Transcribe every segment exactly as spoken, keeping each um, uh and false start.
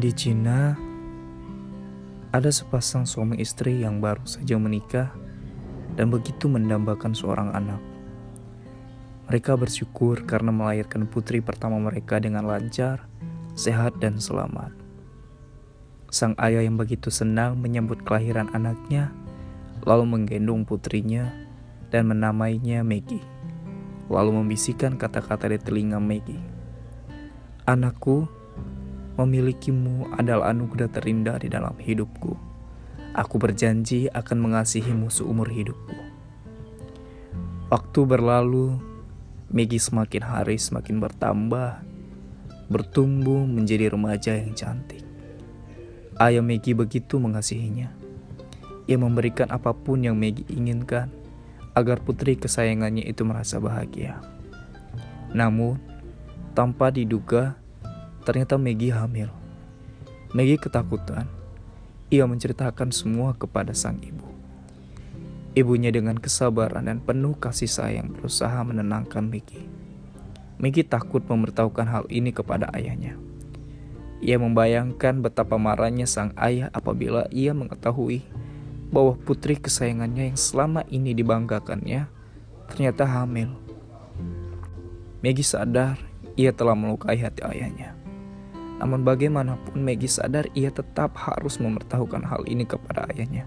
Di Cina, ada sepasang suami istri yang baru saja menikah dan begitu mendambakan seorang anak. Mereka bersyukur karena melahirkan putri pertama mereka dengan lancar, sehat, dan selamat. Sang ayah yang begitu senang menyambut kelahiran anaknya, lalu menggendong putrinya dan menamainya Maggie, lalu membisikkan kata-kata di telinga Maggie. "Anakku, memilikimu adalah anugerah terindah di dalam hidupku. Aku berjanji akan mengasihimu seumur hidupku." Waktu berlalu, Maggie semakin hari semakin bertambah, bertumbuh menjadi remaja yang cantik. Ayah Maggie begitu mengasihinya. Ia memberikan apapun yang Maggie inginkan agar putri kesayangannya itu merasa bahagia. Namun, tanpa diduga, ternyata Maggie hamil. Maggie ketakutan. Ia menceritakan semua kepada sang ibu. Ibunya dengan kesabaran dan penuh kasih sayang berusaha menenangkan Maggie. Maggie takut memberitahukan hal ini kepada ayahnya. Ia membayangkan betapa marahnya sang ayah apabila ia mengetahui bahwa putri kesayangannya yang selama ini dibanggakannya ternyata hamil. Maggie sadar ia telah melukai hati ayahnya. Namun bagaimanapun Maggie sadar ia tetap harus memberitahukan hal ini kepada ayahnya.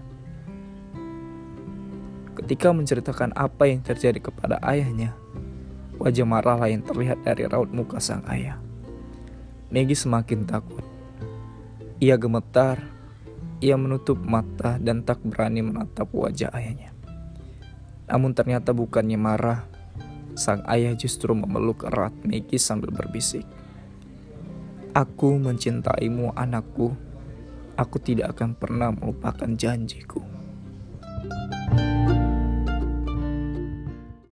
Ketika menceritakan apa yang terjadi kepada ayahnya, wajah marah lain terlihat dari raut muka sang ayah. Maggie semakin takut. Ia gemetar, ia menutup mata dan tak berani menatap wajah ayahnya. Namun ternyata bukannya marah, sang ayah justru memeluk erat Maggie sambil berbisik, "Aku mencintaimu anakku, aku tidak akan pernah melupakan janjiku."